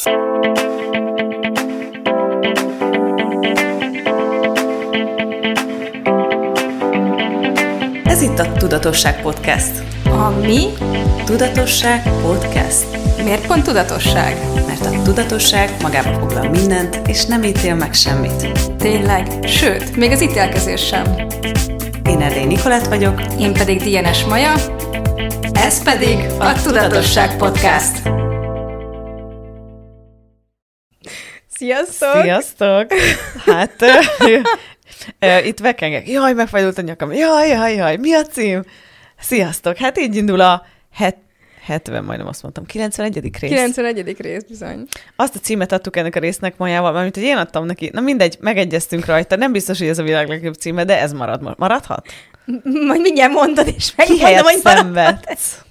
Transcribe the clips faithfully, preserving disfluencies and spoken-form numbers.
Ez itt a Tudatosság Podcast. A mi? Tudatosság Podcast. Miért pont tudatosság? Mert a tudatosság magába foglal mindent, és nem ítél meg semmit. Tényleg, sőt, még az ítélkezés sem. Én Erdély Nikolett vagyok. Én pedig Dienes Maja. Ez pedig a Tudatosság Podcast. Sziasztok! Sziasztok! Hát, uh, itt vekengek. Jaj, megfájdult a nyakam. Jaj, jaj, jaj. Mi a cím? Sziasztok! Hát így indul a het, hetven, majdnem azt mondtam, kilencvenegyedik rész. kilencvenegyedik rész, bizony. Azt a címet adtuk ennek a résznek Majával, mert hogy én adtam neki. Na mindegy, megegyeztünk rajta. Nem biztos, hogy ez a világ legjobb címe, de ez marad. Maradhat? Majd mindjárt mondod, és megmondom, Ki helyett hogy szenvedsz?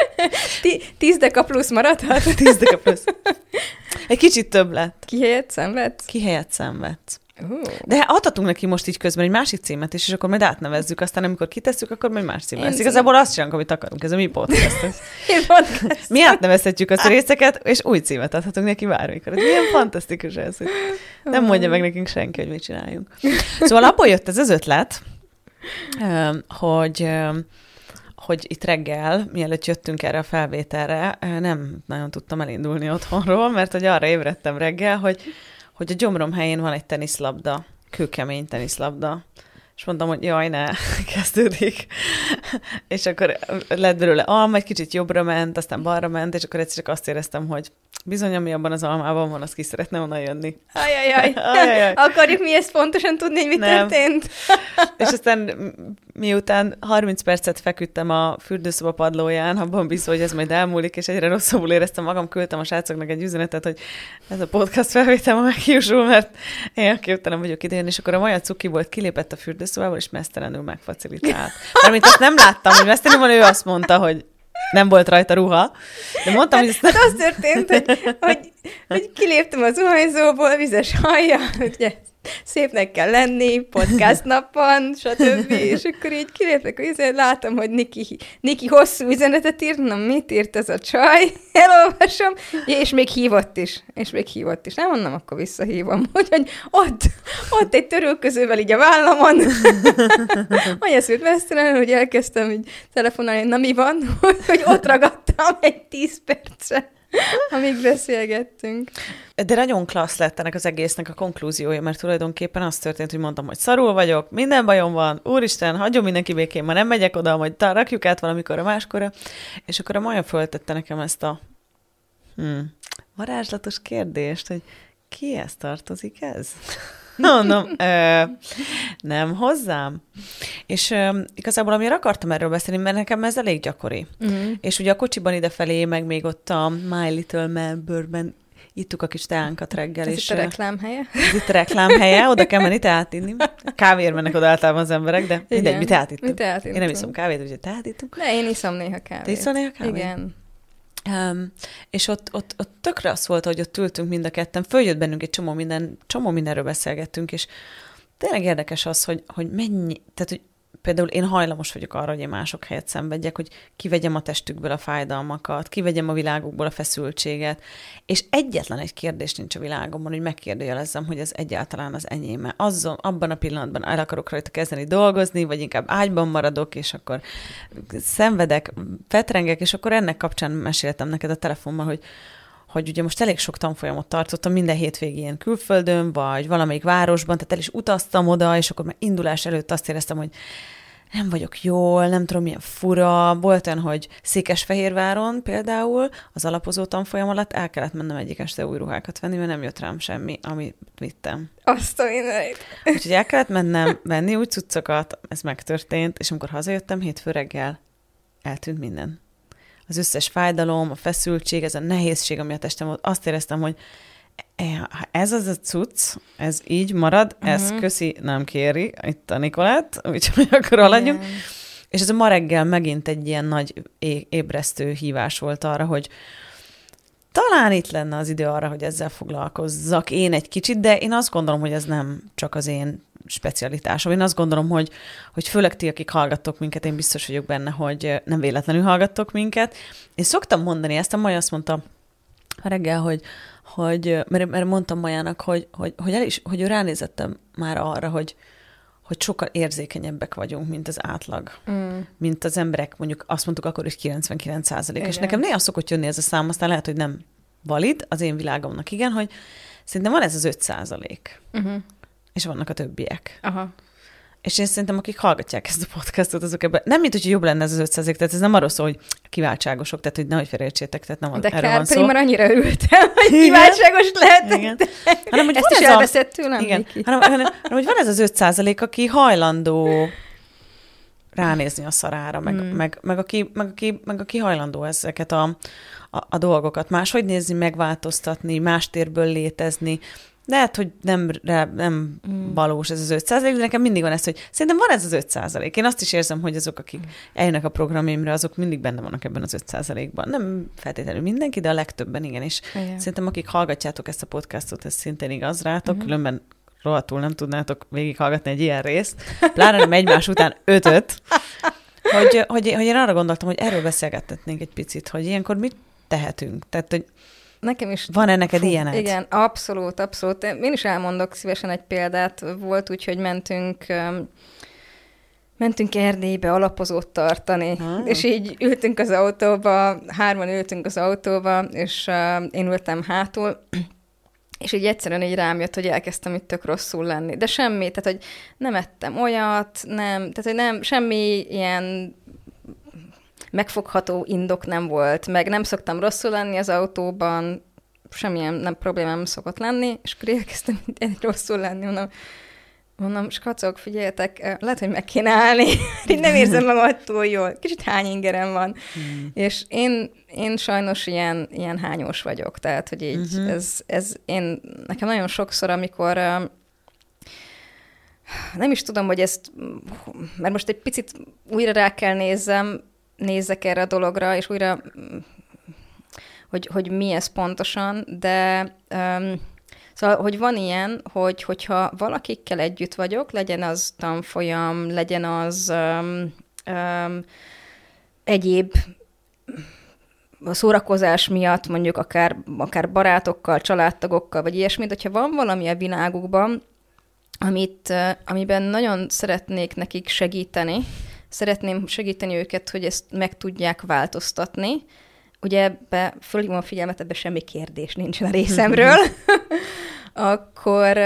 Tíz deka plusz maradhat? Tíz deka plusz. Egy kicsit több lett. Ki helyett szenvedsz? Ki helyett szenvedsz. Uh. De adhatunk neki most így közben egy másik címet is, és akkor majd átnevezzük, aztán amikor kitesszük, akkor majd más címet lesz. Igazából azt csinálunk, amit akarunk, ez a mi podcast. Mi átnevezhetjük azt a részeket, és új címet adhatunk neki bármikor. Ez milyen fantasztikus ez, hogy nem mondja meg nekünk senki, hogy mit csináljunk. Szóval abból jött ez az ötlet, hogy... hogy itt reggel, mielőtt jöttünk erre a felvételre, nem nagyon tudtam elindulni otthonról, mert hogy arra ébredtem reggel, hogy, hogy a gyomrom helyén van egy teniszlabda, kőkemény teniszlabda, és mondtam, hogy jaj, ne, kezdődik. És akkor lett belőle alma, egy kicsit jobbra ment, aztán balra ment, és akkor egyszer csak azt éreztem, hogy bizony, ami abban az almában van, az ki szeretne onnan jönni. Ajajaj. Ajajaj. Akarjuk mi ezt pontosan tudni, hogy mi nem. történt? És aztán miután harminc percet feküdtem a fürdőszoba padlóján, abban bízva, hogy ez majd elmúlik, és egyre rosszabbul éreztem magam, küldtem a srácoknak egy üzenetet, hogy ez a podcast felvétel ma meghiúsul, mert én képtelen vagyok idejön, és akkor a Maja cuki volt, kilépett a fürdőszobából, és mesztelenül megfacilitált. Mármint azt nem láttam, hogy mesztelenül, ő azt mondta, hogy nem volt rajta ruha, de mondtam, hogy... Hát az történt, hogy, hogy, hogy kiléptem az zuhanyzóból, vizes hajjal, ugye szépnek kell lenni, podcast napon, stb. És akkor így kiléptek, hogy látom, hogy Niki, Niki hosszú üzenetet írt, na mit írt ez a csaj? Elolvasom, és még hívott is, és még hívott is. Nem mondom, akkor visszahívom. Úgyhogy ott, ott egy törölközővel így a vállamon, hogy ezt jött mesztelenül, hogy elkezdtem így telefonálni, na mi van, hogy ott ragadtam egy tíz percre, amíg beszélgettünk. De nagyon klassz lett ennek az egésznek a konklúziója, mert tulajdonképpen az történt, hogy mondtam, hogy szarul vagyok, minden bajom van, úristen, hagyjon mindenki békén, ma nem megyek oda, majd rakjuk át valamikor a máskorra, és akkor a Maja föltette nekem ezt a hmm, varázslatos kérdést, hogy kihez tartozik ez? Mondom, ö, nem hozzám. És ö, igazából amire akartam erről beszélni, mert nekem ez elég gyakori. Uh-huh. És ugye a kocsiban idefelé, meg még ott a My Little Melbourne-ben ittuk a kis teánkat reggel. Ez és, itt a reklámhelye? Ez itt a reklámhelye, oda kell menni teát inni. Kávéért mennek oda általában az emberek, de mindegy, igen, mi teát ittunk. Mi teát én nem iszom kávét, úgyhogy teát ittunk. De én iszom néha kávét. Te iszol néha kávét? Igen. Um, és ott, ott, ott tökre az volt, hogy ott ültünk mind a ketten, följött bennünk egy csomó, minden, csomó mindenről beszélgettünk, és tényleg érdekes az, hogy, hogy mennyi, tehát hogy például én hajlamos vagyok arra, hogy én mások helyett szenvedjek, hogy kivegyem a testükből a fájdalmakat, kivegyem a világukból a feszültséget, és egyetlen egy kérdés nincs a világomban, hogy megkérdőjelezzem, hogy ez egyáltalán az enyém. Azon, abban a pillanatban el akarok rajta kezdeni dolgozni, vagy inkább ágyban maradok, és akkor szenvedek, fetrengek, és akkor ennek kapcsán meséltem neked a telefonban, hogy hogy ugye most elég sok tanfolyamot tartottam minden hétvégén külföldön, vagy valamelyik városban, tehát el is utaztam oda, és akkor már indulás előtt azt éreztem, hogy nem vagyok jól, nem tudom, milyen fura. Volt olyan, hogy Székesfehérváron például az alapozó tanfolyam alatt el kellett mennem egyik este új ruhákat venni, mert nem jött rám semmi, amit vittem. Azt a mindenit. Úgyhogy el kellett mennem venni új cuccokat, ez megtörtént, és amikor hazajöttem hétfő reggel, eltűnt minden. Az összes fájdalom, a feszültség, ez a nehézség, ami a testem volt, azt éreztem, hogy ez az a cucc, ez így marad, uh-huh. ez köszi, nem kéri, itt a Nikolett, úgyhogy akkor haladjunk. Yeah. És ez a ma reggel megint egy ilyen nagy é- ébresztő hívás volt arra, hogy talán itt lenne az idő arra, hogy ezzel foglalkozzak én egy kicsit, de én azt gondolom, hogy ez nem csak az én specialitásom. Én azt gondolom, hogy, hogy főleg ti, akik hallgattok minket, én biztos vagyok benne, hogy nem véletlenül hallgattok minket. Én szoktam mondani ezt, a Maja azt mondta, reggel, hogy, hogy mert, mert mondtam Majának, hogy, hogy, hogy, el is, hogy ő ránézettem már arra, hogy, hogy sokkal érzékenyebbek vagyunk, mint az átlag. Mm. Mint az emberek, mondjuk azt mondtuk akkor, hogy kilencvenkilenc százalék. És nekem néha szokott jönni ez a szám, aztán lehet, hogy nem valid, az én világomnak igen, hogy szerintem van ez az öt százalék. Uh-huh. És vannak a többiek. Aha. És én szerintem, akik hallgatják ezt a podcastot, azok ebben, nem mint, hogy jobb lenne ez az öt százalék, tehát ez nem arról szól, hogy kiváltságosok, tehát hogy nehogy félreértsétek, tehát nem de erről van szó. De kár, annyira örültem, hogy kiváltságos lehet. Igen. Hanem, hogy ezt is ez elveszett tőlem, igen. Hanem, hanem, hanem, hogy van ez az öt százalék, aki hajlandó ránézni a szarára, meg, hmm. meg, meg, aki, meg, aki, meg aki hajlandó ezeket a, a, a dolgokat máshogy nézni, megváltoztatni, más térből létezni. Lehet, hogy nem, nem mm. valós ez az öt százalék, de nekem mindig van ez, hogy szerintem van ez az öt százalék. Én azt is érzem, hogy azok, akik eljönnek a programjaimra, azok mindig benne vannak ebben az öt százalékban. Nem feltétlenül mindenki, de a legtöbben igen. És igen. Szerintem, akik hallgatjátok ezt a podcastot, ez szintén igaz rátok, mm-hmm. különben rohadtul nem tudnátok végighallgatni egy ilyen részt, pláne nem egymás után ötöt, hogy, hogy, hogy én arra gondoltam, hogy erről beszélgethetnénk egy picit, hogy ilyenkor mit tehetünk. Tehát, hogy nekem is. Van-e neked fú, ilyened? Igen, abszolút, abszolút. Én is elmondok szívesen egy példát. Volt úgy, hogy mentünk, mentünk Erdélybe alapozót tartani, ah. és így ültünk az autóba, hárman ültünk az autóba, és én ültem hátul, és így egyszerűen így rám jött, hogy elkezdtem itt tök rosszul lenni. De semmi, tehát, hogy nem ettem olyat, nem, tehát, hogy nem, semmi ilyen megfogható indok nem volt, meg nem szoktam rosszul lenni az autóban, semmilyen nem problémám szokott lenni, és akkor elkezdtem egy rosszul lenni, mondom, mondom, skacok, figyeljetek, lehet, hogy meg kéne állni, így nem érzem magam túl jól, kicsit hány ingerem van, mm. és én, én sajnos ilyen, ilyen hányós vagyok, tehát, hogy így uh-huh. ez, ez én, nekem nagyon sokszor, amikor nem is tudom, hogy ezt, mert most egy picit újra rá kell nézzem, nézzek erre a dologra, és újra, hogy, hogy mi ez pontosan, de um, szóval, hogy van ilyen, hogy, hogyha valakikkel együtt vagyok, legyen az tanfolyam, legyen az um, um, egyéb a szórakozás miatt, mondjuk akár, akár barátokkal, családtagokkal, vagy ilyesmit, hogyha van valami a világukban, amit, amiben nagyon szeretnék nekik segíteni, szeretném segíteni őket, hogy ezt meg tudják változtatni. Ugye ebbe fölhívom a figyelmet, ebbe semmi kérdés nincsen a részemről. akkor,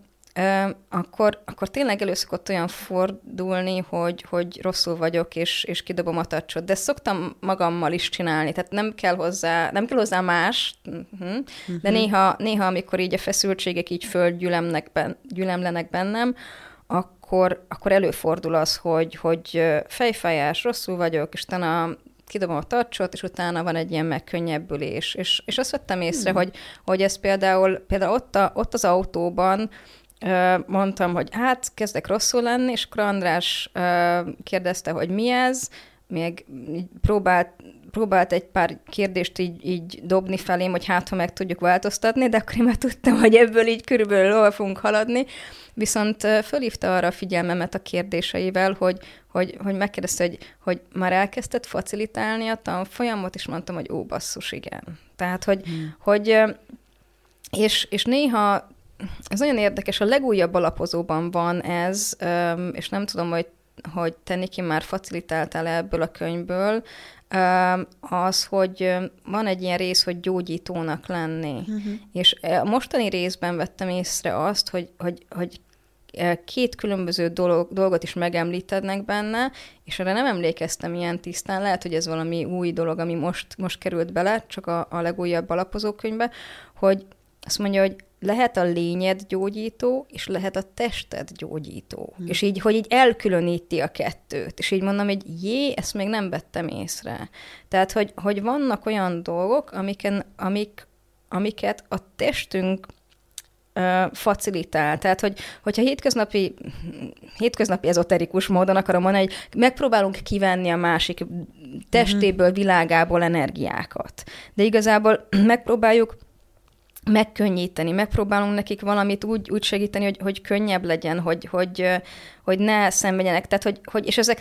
akkor, akkor tényleg elő szokott olyan fordulni, hogy, hogy rosszul vagyok, és, és kidobom a tacsot. De ezt szoktam magammal is csinálni, tehát nem kell hozzá, nem kell hozzá más, de néha, néha, amikor így a feszültségek így földgyülemnek ben, gyülemlenek bennem, akkor, akkor előfordul az, hogy, hogy fejfájás, rosszul vagyok, és utána kidobom a tartsot, és utána van egy ilyen megkönnyebbülés. És, és azt vettem észre, hmm. hogy, hogy ez például, például ott, a, ott az autóban mondtam, hogy hát kezdek rosszul lenni, és akkor András kérdezte, hogy mi ez, még próbált, próbált egy pár kérdést így, így dobni felém, hogy hát, ha meg tudjuk változtatni, de akkor én már tudtam, hogy ebből így körülbelül hol fogunk haladni. Viszont fölhívta arra a figyelmemet a kérdéseivel, hogy, hogy, hogy megkérdezte, hogy, hogy már elkezdted facilitálni a tanfolyamot, és mondtam, hogy ó, basszus, igen. Tehát, hogy, hmm. hogy és, és néha, ez nagyon érdekes, a legújabb alapozóban van ez, és nem tudom, hogy, hogy te, Niki, már facilitáltál ebből a könyvből, az, hogy van egy ilyen rész, hogy gyógyítónak lenni. Uh-huh. És a mostani részben vettem észre azt, hogy, hogy, hogy két különböző dolog, dolgot is megemlítenek benne, és erre nem emlékeztem ilyen tisztán, lehet, hogy ez valami új dolog, ami most, most került bele, csak a, a legújabb alapozókönyvbe, hogy azt mondja, hogy lehet a lényed gyógyító, és lehet a tested gyógyító. Hmm. És így, hogy így elkülöníti a kettőt. És így mondom, hogy jé, ezt még nem vettem észre. Tehát, hogy, hogy vannak olyan dolgok, amiken, amik, amiket a testünk uh, facilitál. Tehát, hogy, hogyha hétköznapi, hétköznapi ezoterikus módon akarom mondani, hogy megpróbálunk kivenni a másik testéből, világából energiákat. De igazából megpróbáljuk megkönnyíteni, megpróbálunk nekik valamit úgy, úgy segíteni, hogy, hogy könnyebb legyen, hogy, hogy, hogy ne szenvedjenek. Tehát, hogy, hogy, és ezek nem,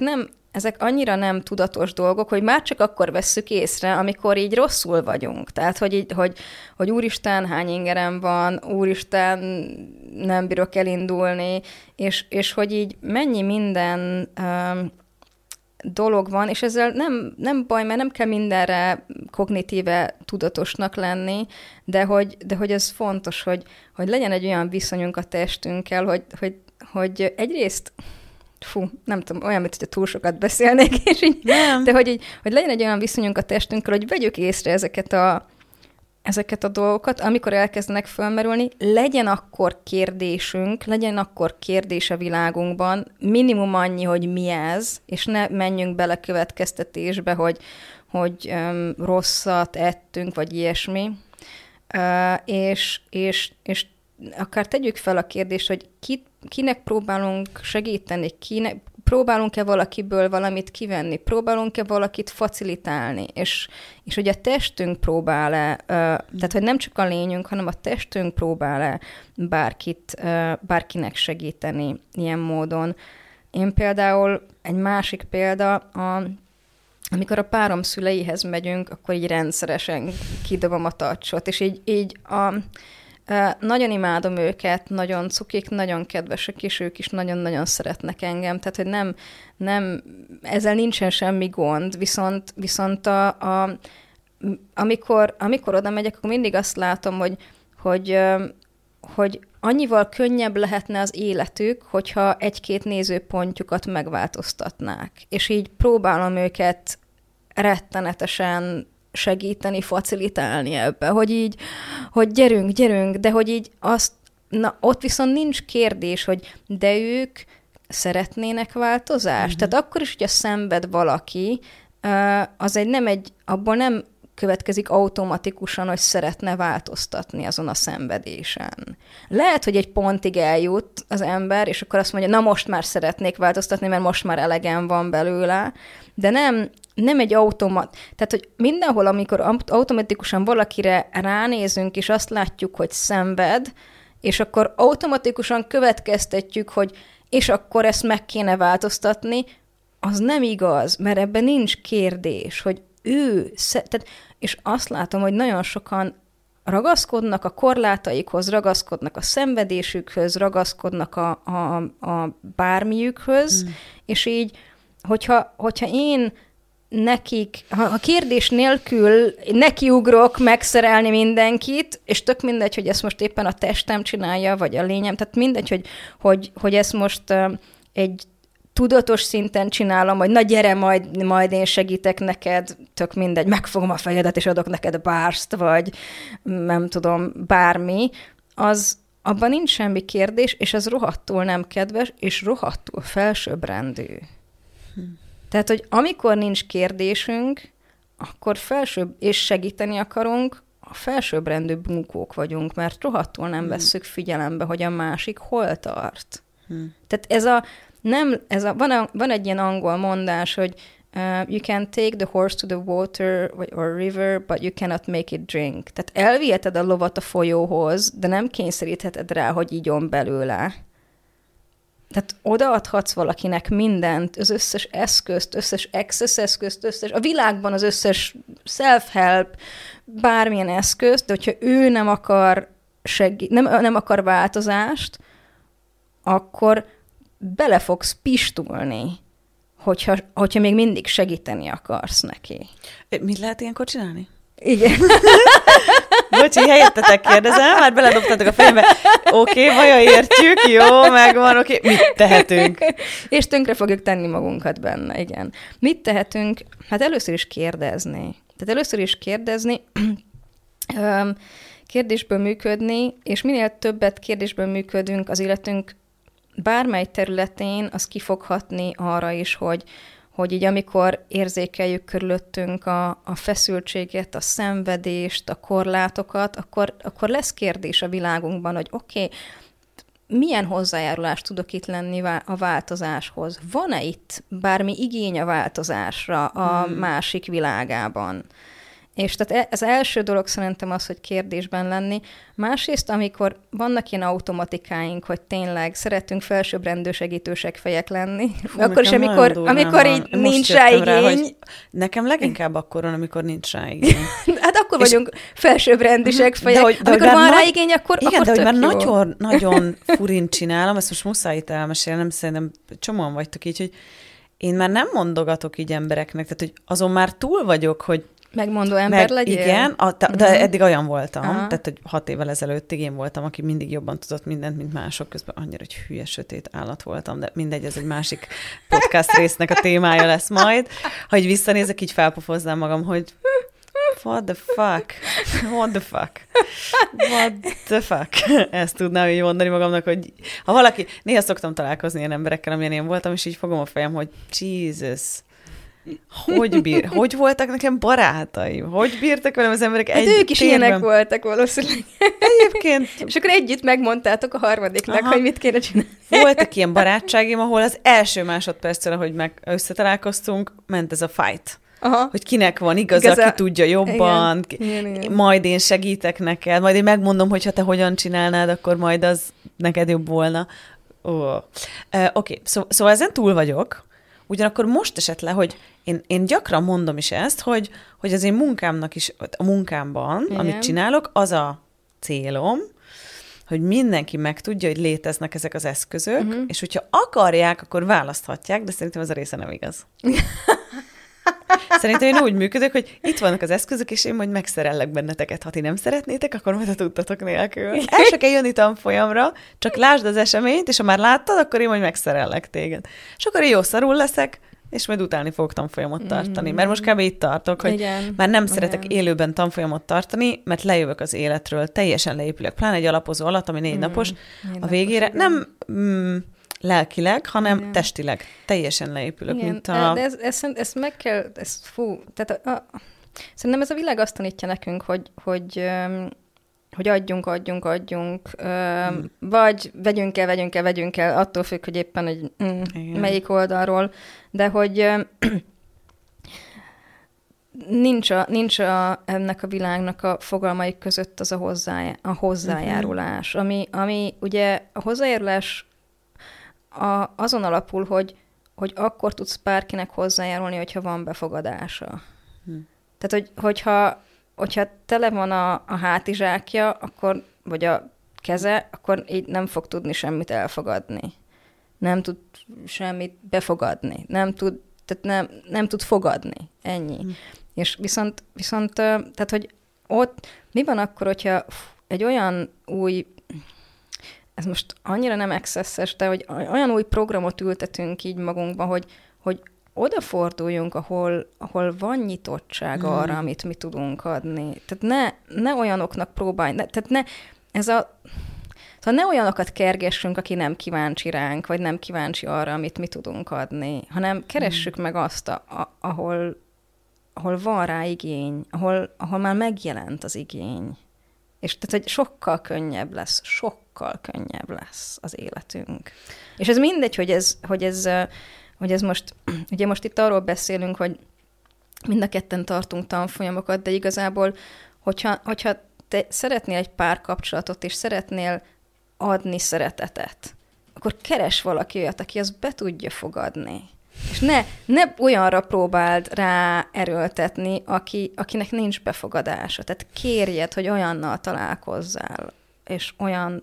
ezek annyira nem tudatos dolgok, hogy már csak akkor vesszük észre, amikor így rosszul vagyunk. Tehát, hogy, így, hogy, hogy úristen, hány ingerem van, úristen, nem bírok elindulni, és, és hogy így mennyi minden um, dolog van, és ezzel nem, nem baj, mert nem kell mindenre kognitíve tudatosnak lenni, de hogy, de hogy ez fontos, hogy, hogy legyen egy olyan viszonyunk a testünkkel, hogy, hogy, hogy egyrészt fú, nem tudom, olyan, mint hogyha túl sokat beszélnék, és így, de hogy, így, hogy legyen egy olyan viszonyunk a testünkkel, hogy vegyük észre ezeket a, ezeket a dolgokat, amikor elkezdenek fölmerülni, legyen akkor kérdésünk, legyen akkor kérdés a világunkban, minimum annyi, hogy mi ez, és ne menjünk bele következtetésbe, hogy, hogy um, rosszat ettünk, vagy ilyesmi, uh, és, és, és akár tegyük fel a kérdést, hogy ki, kinek próbálunk segíteni, kinek, próbálunk-e valakiből valamit kivenni, próbálunk-e valakit facilitálni, és, és hogy a testünk próbál-e, tehát hogy nem csak a lényünk, hanem a testünk próbál-e bárkit, bárkinek segíteni ilyen módon. Én például, egy másik példa, a, amikor a párom szüleihez megyünk, akkor így rendszeresen kidobom a tacsot, és így, így a Uh, nagyon imádom őket, nagyon cukik, nagyon kedvesek, és ők is nagyon-nagyon szeretnek engem, tehát, hogy nem, nem ezzel nincsen semmi gond, viszont, viszont a, a, amikor, amikor oda megyek, akkor mindig azt látom, hogy, hogy, uh, hogy annyival könnyebb lehetne az életük, hogyha egy-két nézőpontjukat megváltoztatnák. És így próbálom őket rettenetesen segíteni, facilitálni ebbe, hogy így, hogy gyerünk, gyerünk, de hogy így azt, na ott viszont nincs kérdés, hogy de ők szeretnének változást. Mm-hmm. Tehát akkor is, hogyha szenved valaki, az egy nem egy, abból nem következik automatikusan, hogy szeretne változtatni azon a szenvedésen. Lehet, hogy egy pontig eljut az ember, és akkor azt mondja, na most már szeretnék változtatni, mert most már elegem van belőle, de nem, nem egy automat. Tehát, hogy mindenhol, amikor automatikusan valakire ránézünk, és azt látjuk, hogy szenved, és akkor automatikusan következtetjük, hogy és akkor ezt meg kéne változtatni, az nem igaz, mert ebben nincs kérdés, hogy ő, tehát, és azt látom, hogy nagyon sokan ragaszkodnak a korlátaikhoz, ragaszkodnak a szenvedésükhöz, ragaszkodnak a, a, a bármiükhöz, mm. és így, hogyha, hogyha én nekik, ha, ha kérdés nélkül nekiugrok megszerelni mindenkit, és tök mindegy, hogy ezt most éppen a testem csinálja, vagy a lényem, tehát mindegy, hogy, hogy, hogy ezt most uh, egy tudatos szinten csinálom, hogy na gyere, majd, majd én segítek neked, tök mindegy, megfogom a fejedet, és adok neked bárszt, vagy nem tudom, bármi, az abban nincs semmi kérdés, és ez rohadtul nem kedves, és rohadtul felsőbbrendű. Hm. Tehát, hogy amikor nincs kérdésünk, akkor felsőbb, és segíteni akarunk, a felsőbbrendű bunkók vagyunk, mert rohadtul nem hm. vesszük figyelembe, hogy a másik hol tart. Hm. Tehát ez a Nem, ez a, van, a, van egy ilyen angol mondás, hogy uh, you can take the horse to the water or river, but you cannot make it drink. Tehát elviheted a lovat a folyóhoz, de nem kényszerítheted rá, hogy igyon belőle. Tehát odaadhatsz valakinek mindent, az összes eszközt, összes access eszközt, összes, a világban az összes self-help, bármilyen eszközt, de hogyha ő nem akar, segí- nem, nem akar változást, akkor bele fogsz pistulni, hogyha, hogyha még mindig segíteni akarsz neki. Mit lehet ilyenkor csinálni? Igen. Bocsi, helyettetek kérdezem, már beledobtatok a fejembe. Oké, okay, vajon értjük, jó, megvan, oké, okay. Mit tehetünk? És tönkre fogjuk tenni magunkat benne, igen. Mit tehetünk? Hát először is kérdezni. Tehát először is kérdezni, kérdésből működni, és minél többet kérdésből működünk az életünk bármely területén, az ki fog hatni arra is, hogy, hogy így amikor érzékeljük körülöttünk a, a feszültséget, a szenvedést, a korlátokat, akkor, akkor lesz kérdés a világunkban, hogy oké, okay, milyen hozzájárulást tudok itt lenni a változáshoz? Van-e itt bármi igény a változásra a hmm. másik világában? És tehát az első dolog szerintem az, hogy kérdésben lenni. Másrészt, amikor vannak ilyen automatikáink, hogy tényleg szeretünk felsőbbrendű segítőség fejek lenni, Fú, akkor is, amikor, amikor így van. Nincs rá igény. Rá, nekem leginkább akkor van, amikor nincs rá igény. Hát akkor vagyunk felsőbbrendű segfejek. Amikor de, van rá nagy... igény, akkor, igen, akkor de tök hogy már jó. nagyon, nagyon furin csinálom, ezt most muszáj itt elmesélnem, szerintem csomóan vagytok így, hogy én már nem mondogatok így embereknek, tehát hogy azon már túl vagyok, hogy megmondó ember meg, legyél? Igen, a, de uh-huh. eddig olyan voltam, uh-huh. tehát hogy hat évvel ezelőttig én voltam, aki mindig jobban tudott mindent, mint mások, közben annyira, hogy hülye, sötét állat voltam, de mindegy, ez egy másik podcast résznek a témája lesz majd. Ha így visszanézek, így felpofoznám magam, hogy what the fuck? What the fuck? What the fuck? Ezt tudnám így mondani magamnak, hogy ha valaki, néha szoktam találkozni ilyen emberekkel, amilyen én voltam, és így fogom a fejem, hogy Jesus, hogy bír, hogy voltak nekem barátaim? Hogy bírtak velem az emberek hát egy ők is térben? ilyenek voltak valószínűleg. Egyébként. És akkor együtt megmondtátok a harmadiknak, aha. hogy mit kéne csinálni. Voltak ilyen barátságim, ahol az első másodperccel, ahogy meg összetalálkoztunk, ment ez a fight. Aha. Hogy kinek van igaza, Igaza... aki tudja jobban, igen. Igen, igen. Majd én segítek neked, majd én megmondom, hogy ha te hogyan csinálnád, akkor majd az neked jobb volna. Oh. Uh, Oké, okay. Szó, szóval ezen túl vagyok, ugyanakkor most esett le, hogy én, én gyakran mondom is ezt, hogy, hogy az én munkámnak is, a munkámban, igen. amit csinálok, az a célom, hogy mindenki megtudja, hogy léteznek ezek az eszközök, uh-huh. és hogyha akarják, akkor választhatják, de szerintem ez a része nem igaz. Szerintem én úgy működök, hogy itt vannak az eszközök, és én majd megszerellek benneteket. Ha ti nem szeretnétek, akkor majd a tudtatok nélkül. El se kell jönni tanfolyamra, csak lásd az eseményt, és ha már láttad, akkor én majd megszerellek téged. És akkor én jó szarul leszek, és majd utálni fogok tanfolyamot tartani. Mert most kb. Itt tartok, hogy igen, már nem szeretek igen. élőben tanfolyamot tartani, mert lejövök az életről, teljesen leépülök. Pláne egy alapozó alatt, ami négy mm. napos, a végére napos, nem... Mm, lelkileg, hanem igen. testileg. Teljesen leépülök, igen. mint a... De ez, ez, ez meg kell, ez fú, tehát a, a, szerintem ez a világ azt tanítja nekünk, hogy, hogy, hogy adjunk, adjunk, adjunk, hmm. vagy vegyünk el, vegyünk el, vegyünk el, attól függ, hogy éppen egy, mm, melyik oldalról, de hogy nincs, a, nincs a, ennek a világnak a fogalmaik között az a, hozzájá, a hozzájárulás, hmm. ami, ami ugye a hozzájárulás A, azon alapul, hogy, hogy akkor tudsz bárkinek hozzájárulni, hogyha van befogadása. Hm. Tehát, hogy, hogyha, hogyha tele van a, a hátizsákja, akkor, vagy a keze, akkor így nem fog tudni semmit elfogadni. Nem tud semmit befogadni. Nem tud, tehát nem, nem tud fogadni. Ennyi. Hm. És viszont, viszont, tehát, hogy ott mi van akkor, hogyha egy olyan új... ez most annyira nem accesses, de hogy olyan új programot ültetünk így magunkba, hogy, hogy odaforduljunk, ahol, ahol van nyitottság mm. arra, amit mi tudunk adni. Tehát ne, ne olyanoknak próbálj, ne, tehát ne, ez a, szóval ne olyanokat kergessünk, aki nem kíváncsi ránk, vagy nem kíváncsi arra, amit mi tudunk adni, hanem keressük mm. meg azt, a, a, ahol, ahol van rá igény, ahol, ahol már megjelent az igény. És tehát, hogy sokkal könnyebb lesz, sokkal könnyebb lesz az életünk. És ez mindegy, hogy ez, hogy ez, hogy ez most, ugye most itt arról beszélünk, hogy mind a ketten tartunk tanfolyamokat, de igazából, hogyha, hogyha te szeretnél egy párkapcsolatot, és szeretnél adni szeretetet, akkor keres valaki olyat, aki azt be tudja fogadni. És ne, ne olyanra próbáld rá erőltetni, aki, akinek nincs befogadása. Tehát kérjed, hogy olyannal találkozzál, és olyan,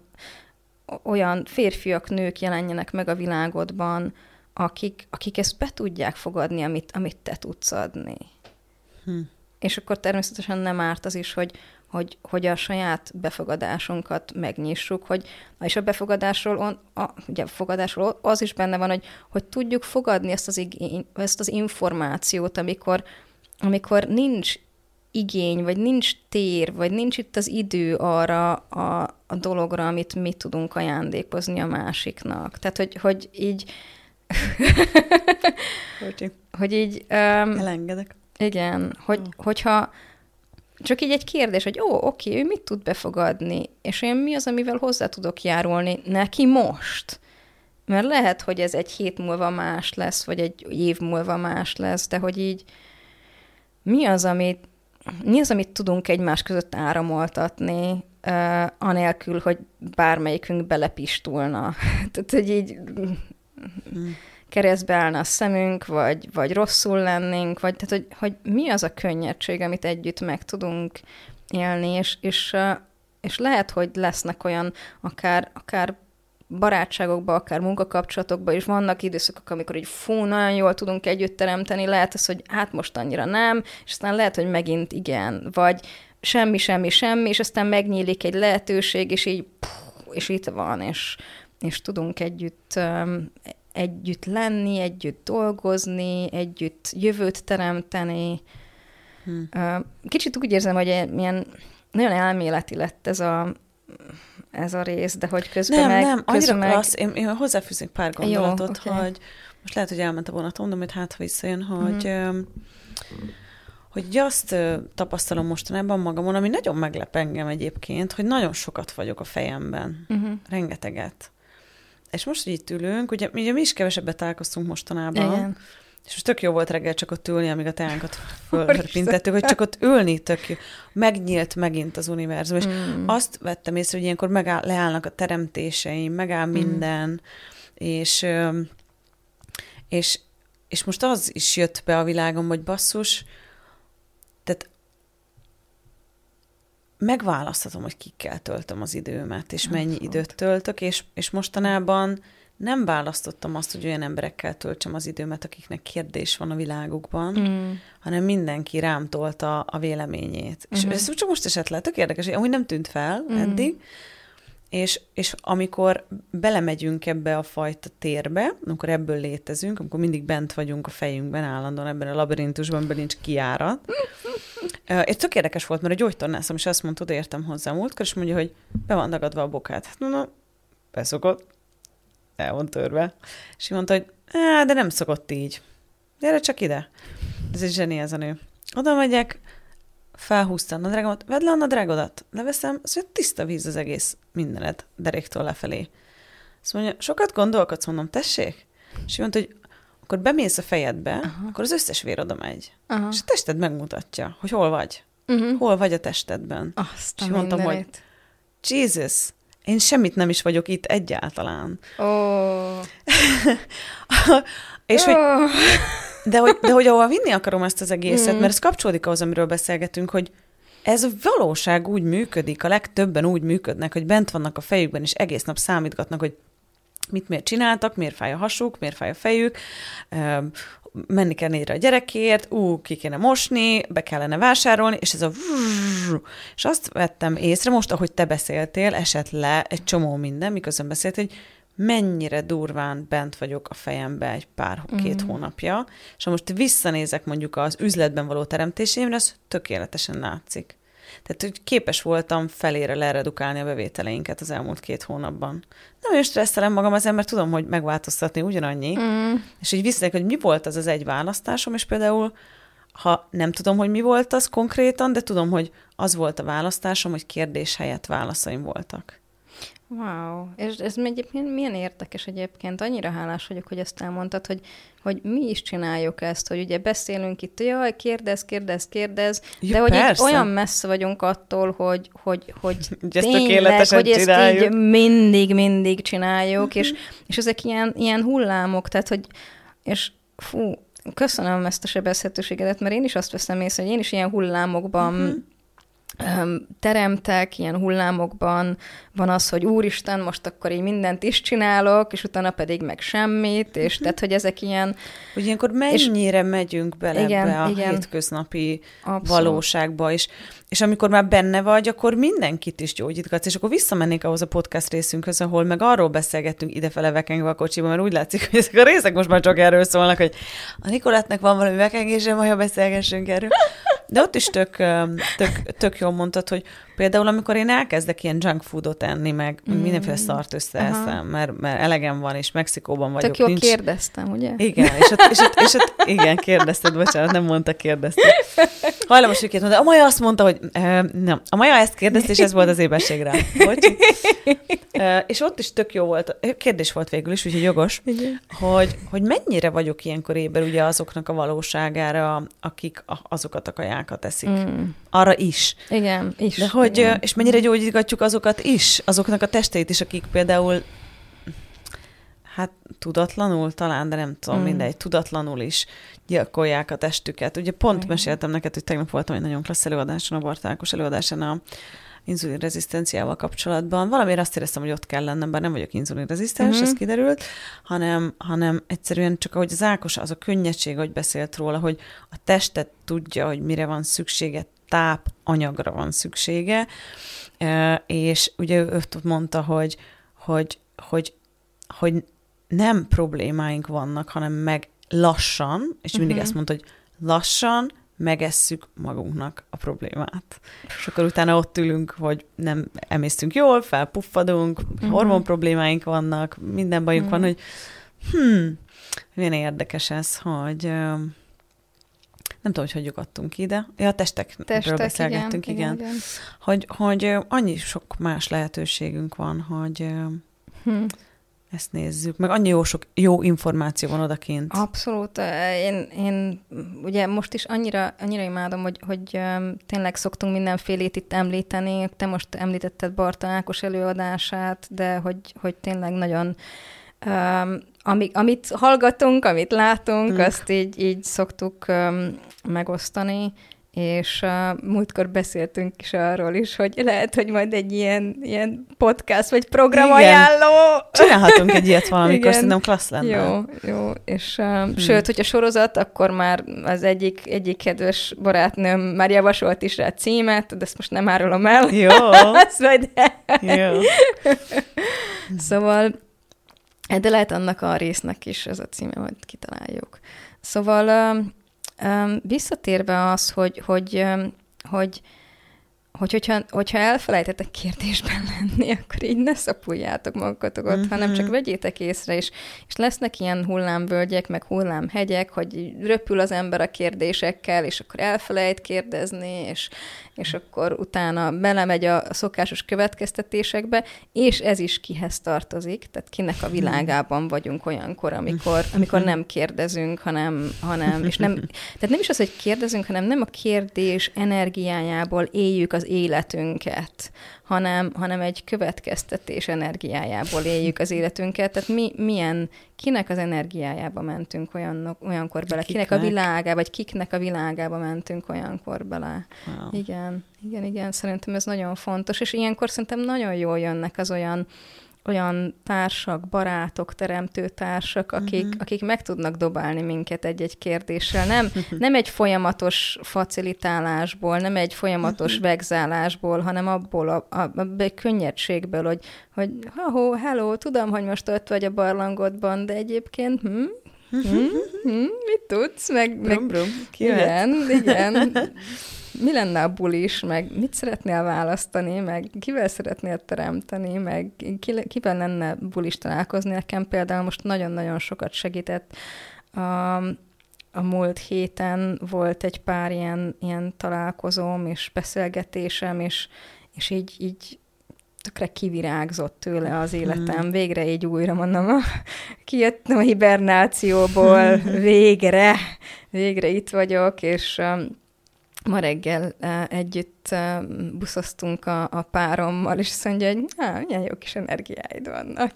olyan férfiak, nők jelenjenek meg a világodban, akik, akik ezt be tudják fogadni, amit, amit te tudsz adni. Hm. És akkor természetesen nem árt az is, hogy, hogy, hogy a saját befogadásunkat megnyissuk, hogy, és a befogadásról, on, a, ugye a fogadásról az is benne van, hogy, hogy tudjuk fogadni ezt az, igény, ezt az információt, amikor, amikor nincs igény, vagy nincs tér, vagy nincs itt az idő arra a, a dologra, amit mi tudunk ajándékozni a másiknak. Tehát, hogy, hogy így... hogy így... Um, Elengedek. Igen, hogy, oh. hogyha csak így egy kérdés, hogy ó, oké, ő mit tud befogadni, és én mi az, amivel hozzá tudok járulni neki most? Mert lehet, hogy ez egy hét múlva más lesz, vagy egy év múlva más lesz, de hogy így mi az, amit, mi az, amit tudunk egymás között áramoltatni, uh, anélkül, hogy bármelyikünk belepistulna. Tehát, hogy így hmm. keresztbe állna a szemünk, vagy, vagy rosszul lennénk, vagy tehát, hogy, hogy mi az a könnyedség, amit együtt meg tudunk élni, és, és, uh, és lehet, hogy lesznek olyan akár, akár barátságokban, akár munkakapcsolatokban is vannak időszakok, amikor így fú, nagyon jól tudunk együtt teremteni, lehet az, hogy hát most annyira nem, és aztán lehet, hogy megint igen, vagy semmi, semmi, semmi, és aztán megnyílik egy lehetőség, és így puh, és itt van, és, és tudunk együtt, um, együtt lenni, együtt dolgozni, együtt jövőt teremteni. Hmm. Uh, kicsit úgy érzem, hogy ilyen nagyon elméleti lett ez a ez a rész, de hogy közben nem, meg... Nem, nem, annyira meg... klassz. Én, én hozzáfűznék pár gondolatot, Jó, okay. hogy most lehet, hogy elment a vonatom, de majd hát, ha visszajön, hogy, mm. hogy azt tapasztalom mostanában magamon, ami nagyon meglep engem egyébként, hogy nagyon sokat vagyok a fejemben. Uh-huh. Rengeteget. És most, hogy itt ülünk, ugye, ugye mi is kevesebbet találkoztunk mostanában, igen. És most tök jó volt reggel csak ott ülni, amíg a teánkat fölpintettük, hogy csak ott ülni tök jó. Megnyílt megint az univerzum, és mm. azt vettem észre, hogy ilyenkor megáll, leállnak a teremtéseim, megáll minden, mm. és, és, és most az is jött be a világom, hogy basszus, tehát megválaszthatom, hogy kikkel töltöm az időmet, és mennyi Abszolút. időt töltök, és, és mostanában nem választottam azt, hogy olyan emberekkel töltsem az időmet, akiknek kérdés van a világukban, mm. hanem mindenki rám tolta a véleményét. Mm-hmm. És ez csak most esett le, tök érdekes, hogy amúgy nem tűnt fel mm. eddig, és, és amikor belemegyünk ebbe a fajta térbe, amikor ebből létezünk, amikor mindig bent vagyunk a fejünkben, állandóan ebben a labirintusban, belül nincs kijárat. És tök érdekes volt, mert a gyógytornászom is azt mondta, odaértem hozzá múltkor, és mondja, hogy be van dagadva a bokát. Hát mondom, beszokott. El van törve. És mondta, hogy de nem szokott így. Gyere csak ide. Ez egy zseni, ez a nő. Oda megyek, felhúzta a nadrágomat, vedd le a nadrágodat, leveszem, az hogy tiszta víz az egész mindened, deréktől lefelé. Azt mondja, sokat gondolkodsz, mondom, tessék? És mondta, hogy akkor bemész a fejedbe, Aha. akkor az összes vér oda megy. Aha. És a tested megmutatja, hogy hol vagy. Uh-huh. Hol vagy a testedben. Azt és mondtam, hogy Jesus, én semmit nem is vagyok itt egyáltalán. Oh. És oh. hogy, de, hogy, de hogy ahol vinni akarom ezt az egészet, mm. mert ez kapcsolódik ahhoz, amiről beszélgetünk, hogy ez a valóság úgy működik, a legtöbben úgy működnek, hogy bent vannak a fejükben, és egész nap számítgatnak, hogy mit miért csináltak, miért fáj a hasuk, miért fáj a fejük, menni kell négyre a gyerekért, ú, ki kéne mosni, be kellene vásárolni, és ez a és azt vettem észre, most, ahogy te beszéltél, esett le egy csomó minden, miközben beszéltél, hogy mennyire durván bent vagyok a fejembe egy pár, mm. két hónapja, és ha most visszanézek mondjuk az üzletben való teremtésémre, az tökéletesen látszik. Tehát, hogy képes voltam felére leredukálni a bevételeinket az elmúlt két hónapban. Nem olyan stresszelem magam azért, mert tudom, hogy megváltoztatni ugyanannyi, mm. és így visszanék, hogy mi volt az az egy választásom, és például, ha nem tudom, hogy mi volt az konkrétan, de tudom, hogy az volt a választásom, hogy kérdés helyett válaszaim voltak. Wow, és ez egyébként milyen érdekes egyébként. Annyira hálás vagyok, hogy ezt elmondtad, hogy, hogy mi is csináljuk ezt, hogy ugye beszélünk itt, jaj, kérdez, kérdez, kérdez, ja, de hogy így olyan messze vagyunk attól, hogy, hogy, hogy tényleg, hogy ezt csináljuk. így mindig, mindig csináljuk, uh-huh. és, és ezek ilyen, ilyen hullámok, tehát hogy, és fú, köszönöm ezt a sebezhetőségedet, mert én is azt veszem észre, hogy én is ilyen hullámokban uh-huh. teremtek, ilyen hullámokban van az, hogy úristen, most akkor így mindent is csinálok, és utána pedig meg semmit, és uh-huh. tehát, hogy ezek ilyen... Hogy ilyenkor mennyire és, megyünk bele igen, ebbe a igen, hétköznapi abszolút. valóságba, és, és amikor már benne vagy, akkor mindenkit is gyógyítgatsz, és akkor visszamennék ahhoz a podcast részünkhöz, ahol meg arról beszélgettünk idefele vekengve a kocsiban, mert úgy látszik, hogy ezek a részek most már csak erről szólnak, hogy a Nikolettnek van valami vekengése, majd ha beszélgessünk erről. De ott is tök, tök, tök jól mondtad, hogy például amikor én elkezdek ilyen junk foodot enni, meg mm. mindenféle szart összeeszem, mert, mert elegem van, és Mexikóban vagyok. Tök jól nincs... kérdeztem, ugye? Igen, és ott, és, ott, és ott igen, kérdezted, bocsánat, nem mondta, kérdezted. Hajlamos sikét mondani. A Maja azt mondta, hogy uh, nem. A Maja ezt kérdezte, és ez volt az éberségre. Hogy? Uh, és ott is tök jó volt. Kérdés volt végül is, úgyhogy jogos, hogy, hogy mennyire vagyok ilyenkor éber ugye azoknak a valóságára, akik a, azokat a kajákat eszik. Mm. Arra is. Igen, is. De hogy, igen. És mennyire gyógyítgatjuk azokat is, azoknak a testeit is, akik például hát tudatlanul talán, de nem tudom, mm. mindegy, tudatlanul is gyilkolják a testüket. Ugye pont mm. meséltem neked, hogy tegnap voltam egy nagyon klassz előadáson, a Bartálkos előadáson a inzulinrezisztenciával kapcsolatban. Valamiért azt éreztem, hogy ott kell lennem, bár nem vagyok inzulinrezisztens, mm-hmm. ez kiderült, hanem, hanem egyszerűen csak ahogy az Ákos, az a könnyedség, hogy beszélt róla, hogy a testet tudja, hogy mire van szüksége, tápanyagra van szüksége, és ugye ő ott mondta, hogy, hogy, hogy, hogy nem problémáink vannak, hanem meg lassan, és mindig uh-huh. ezt mondta, hogy lassan megesszük magunknak a problémát. És akkor utána ott ülünk, hogy nem emésztünk jól, felpuffadunk, uh-huh. hormon problémáink vannak, minden bajunk uh-huh. van, hogy hm, milyen érdekes ez, hogy nem tudom, hogy hogy jutottunk ide. Ja, a testekről Testek, beszélgettünk, igen. igen. igen. Hogy, hogy annyi sok más lehetőségünk van, hogy hm. ezt nézzük. Meg annyi jó sok jó információ van odakint. Abszolút. Én, én ugye most is annyira, annyira imádom, hogy, hogy tényleg szoktunk mindenfélét itt említeni. Te most említetted Barta Ákos előadását, de hogy, hogy tényleg nagyon um, ami, amit hallgatunk, amit látunk, hmm. azt így, így szoktuk um, megosztani. És uh, múltkor beszéltünk is arról is, hogy lehet, hogy majd egy ilyen, ilyen podcast vagy programajánló. Csinálhatunk egy ilyet valamikor, szerintem klassz lenne. Jó, jó. És uh, hmm. sőt, hogyha sorozat, akkor már az egyik, egyik kedves barátnőm már javasolt is rá címet, de ezt most nem árulom el. Jó. Azt majd Jó. Szóval, de lehet annak a résznek is ez a címe, majd kitaláljuk. Szóval... Uh, Um, visszatérve az, hogy, hogy, um, hogy, hogy hogyha, hogyha elfelejtetek kérdésben lenni, akkor így ne szapuljátok magatokat, mm-hmm. hanem csak vegyétek észre, és, és lesznek ilyen hullámvölgyek, meg hullámhegyek, hogy röpül az ember a kérdésekkel, és akkor elfelejt kérdezni, és, és akkor utána belemegy a szokásos következtetésekbe, és ez is kihez tartozik, tehát kinek a világában vagyunk olyankor, amikor, amikor nem kérdezünk, hanem, hanem és nem, tehát nem is az, hogy kérdezünk, hanem nem a kérdés energiájából éljük az életünket, hanem, hanem egy következtetés energiájából éljük az életünket. Tehát mi, milyen, kinek az energiájába mentünk olyanok, olyankor bele, kiknek? kinek a világába, vagy kiknek a világába mentünk olyankor bele. Wow. Igen, igen, igen, szerintem ez nagyon fontos, és ilyenkor szerintem nagyon jól jönnek az olyan olyan társak, barátok, teremtő társak, akik, uh-huh. akik meg tudnak dobálni minket egy-egy kérdéssel. Nem, nem egy folyamatos facilitálásból, nem egy folyamatos uh-huh. vegzálásból, hanem abból a, a, a, a könnyedségből, hogy, hogy ha-ho, hello, tudom, hogy most ott vagy a barlangodban, de egyébként hm, hm, hm, mit tudsz? Meg, brum, meg, brum. igen, igen. Mi lenne a bulis, meg mit szeretnél választani, meg kivel szeretnél teremteni, meg ki, kivel lenne bulis találkozni. Nekem például most nagyon-nagyon sokat segített. A, a múlt héten volt egy pár ilyen, ilyen találkozóm és beszélgetésem, és, és így, így tökre kivirágzott tőle az életem. Végre így újra mondom, kijöttem a hibernációból, végre, végre itt vagyok, és ma reggel uh, együtt uh, buszoztunk a, a párommal, és azt mondja, hogy ah, milyen jó kis energiáid vannak.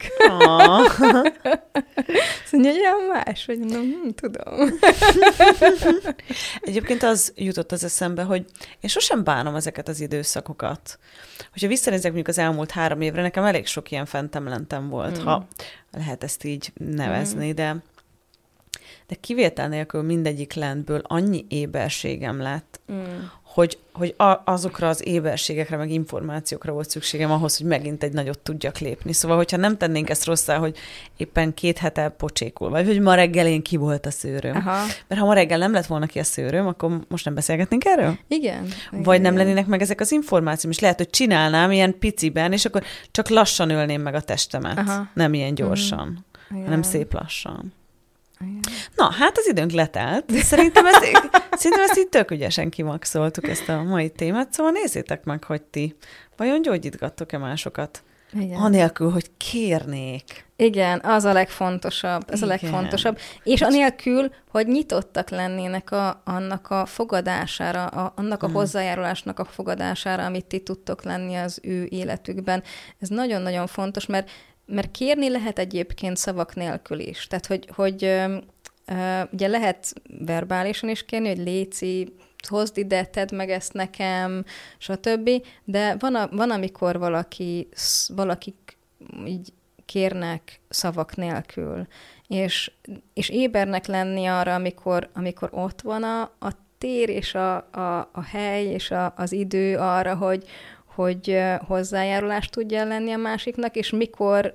Azt mondja, hogy olyan más, vagy mondom, hm, tudom. Egyébként az jutott az eszembe, hogy én sosem bánom ezeket az időszakokat. Hogyha visszanézek mondjuk az elmúlt három évre, nekem elég sok ilyen fentemlentem volt, mm. ha lehet ezt így nevezni, mm. de de kivétel nélkül mindegyik lentből annyi éberségem lett, mm. hogy, hogy a, azokra az éberségekre, meg információkra volt szükségem ahhoz, hogy megint egy nagyot tudjak lépni. Szóval, hogyha nem tennénk ezt rosszá, hogy éppen két hete pocsékul, vagy hogy ma reggelén ki volt a szőröm. Aha. Mert ha ma reggel nem lett volna ki a szőröm, akkor most nem beszélgetnénk erről? Igen. Vagy igen. nem lennének meg ezek az információk, és lehet, hogy csinálnám ilyen piciben, és akkor csak lassan ölném meg a testemet. Aha. Nem ilyen gyorsan, mm. hanem szép lassan. Na, hát az időnk letelt. Szerintem ezt, szerintem ezt így tök ügyesen kimaxoltuk, ezt a mai témát, szóval nézzétek meg, hogy ti vajon gyógyítgattok-e másokat? Igen. Anélkül, hogy kérnék. Igen, az a legfontosabb. Ez Igen. a legfontosabb. És anélkül, hogy nyitottak lennének a, annak a fogadására, a, annak a hmm. hozzájárulásnak a fogadására, amit ti tudtok lenni az ő életükben. Ez nagyon-nagyon fontos, mert, mert kérni lehet egyébként szavak nélkül is. Tehát, hogy, hogy ö, ö, ugye lehet verbálisan is kérni, hogy léci, hozd ide, tedd meg ezt nekem, stb. De van, a, van amikor valaki, valakik így kérnek szavak nélkül, és, és ébernek lenni arra, amikor, amikor ott van a, a tér és a, a, a hely és a, az idő arra, hogy, hogy hozzájárulást tudja lenni a másiknak, és mikor...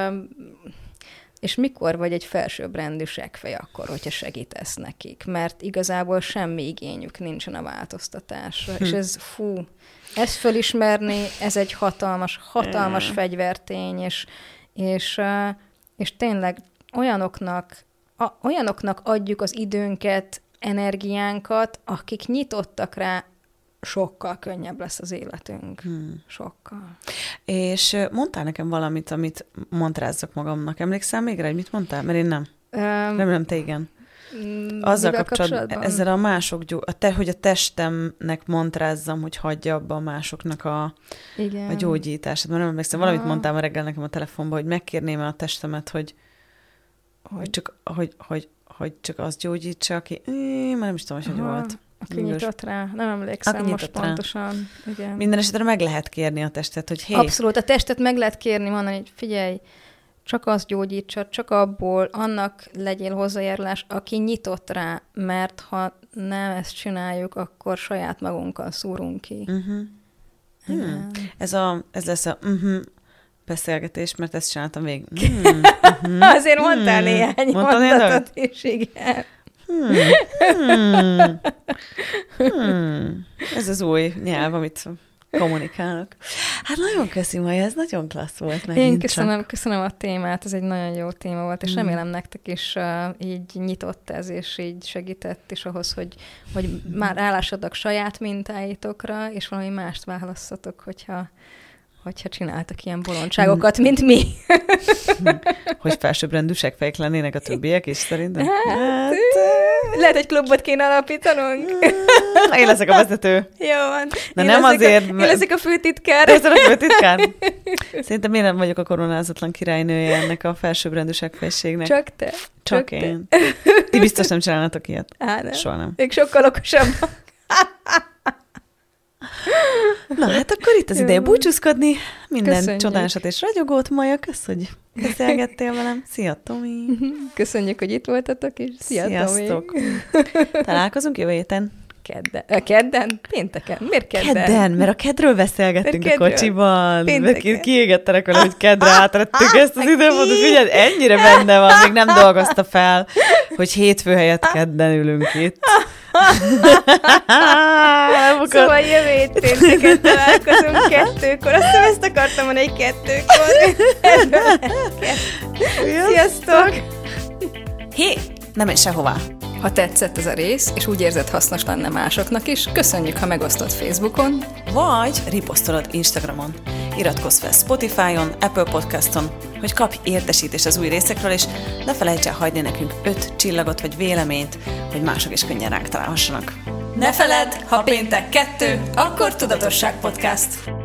És mikor vagy egy felsőbbrendű seggfej akkor, hogyha segítesz nekik? Mert igazából semmi igényük nincsen a változtatásra. Hm. És ez, fú, ezt fölismerni, ez egy hatalmas, hatalmas hm. fegyvertény, és, és, és tényleg olyanoknak, a, olyanoknak adjuk az időnket, energiánkat, akik nyitottak rá, sokkal könnyebb lesz az életünk. Hmm. Sokkal. És mondtál nekem valamit, amit mantrázzak magamnak. Emlékszel még rá, hogy mit mondtál? Mert én nem. Um, Remélem, te igen. Azzal kapcsolatban, ezzel a mások, gyó- a te, hogy a testemnek mantrázzam, hogy hagyja abba a másoknak a, a gyógyítását. Mert nem emlékszem, valamit mondtál ma reggel nekem a telefonban, hogy megkérném a testemet, hogy, hogy, csak, hogy, hogy, hogy csak azt gyógyítsa, aki... Én már nem is tudom, hogy hogy volt. Aki nyitott rá. Nem emlékszem Aki most rá. pontosan. Igen. Minden esetre meg lehet kérni a testet, hogy hé. Abszolút. A testet meg lehet kérni, mondani, hogy figyelj, csak azt gyógyítsa, csak abból, annak legyél hozzájárulás, aki nyitott rá, mert ha nem ezt csináljuk, akkor saját magunkkal szúrunk ki. Uh-huh. Hmm. Ez, a, ez lesz a uh-huh beszélgetés, mert ezt csináltam végig. Hmm. Uh-huh. Azért mondtál hmm. néhány mondatot is, igen. Hmm. Hmm. Hmm. Ez az új nyelv, amit kommunikálok. Hát nagyon köszi, Maja, ez nagyon klassz volt megint. Én köszönöm, csak. köszönöm a témát, ez egy nagyon jó téma volt, és hmm. remélem nektek is uh, így nyitott ez, és így segített is ahhoz, hogy, hogy hmm. már állásodok saját mintáitokra, és valami mást válasszatok, hogyha hogyha csináltak ilyen bolondságokat, mint mi. Hogy felsőbbrendű seggfejek lennének a többiek is, szerintem? Hát, lehet, hogy klubot kéne alapítanunk. Én leszek a vezető. Jó van. De nem azért... A, én leszek a főtitkár. Te leszel a főtitkár? Szerintem én nem vagyok a koronázatlan királynője ennek a felsőbbrendű seggfejségnek. Csak te. Csak, Csak én. Te. Ti biztos nem csinálnátok ilyet. Á, nem. Soha nem. Ők sokkal okosabbak. Na, hát akkor itt az Jó. ideje búcsúzkodni. Minden Köszönjük. Csodásat és ragyogót, Maja. Kösz, hogy beszélgettél velem. Szia, Tomi. Köszönjük, hogy itt voltatok, és szia, Sziasztok. Tomi. Találkozunk jövő héten. Kedden. A kedden? Pénteken. Miért kedden? Kedden, mert a kedről beszélgettünk a kocsiban. Pénteken. Kiégettenek vele, hogy kedre átrettük ezt az időpontot. Figyelj, ennyire benne van, még nem dolgozta fel, hogy hétfő helyett kedden ülünk itt. Szóval jövő hét pénteken találkozunk kettőkor. Azt hiszem, ezt akartam mondani, egy kettőkor. Sziasztok! Hé, nem menj sehová! Ha tetszett ez a rész, és úgy érzed hasznos lenne másoknak is, köszönjük, ha megosztod Facebookon, vagy riposztolod Instagramon. Iratkozz fel Spotify-on, Apple Podcaston, hogy kapj értesítést az új részekről, és ne felejts el hagyni nekünk öt csillagot vagy véleményt, hogy mások is könnyen ránk találhassanak. Ne feledd, ha péntek kettő, akkor Tudatosság Podcast.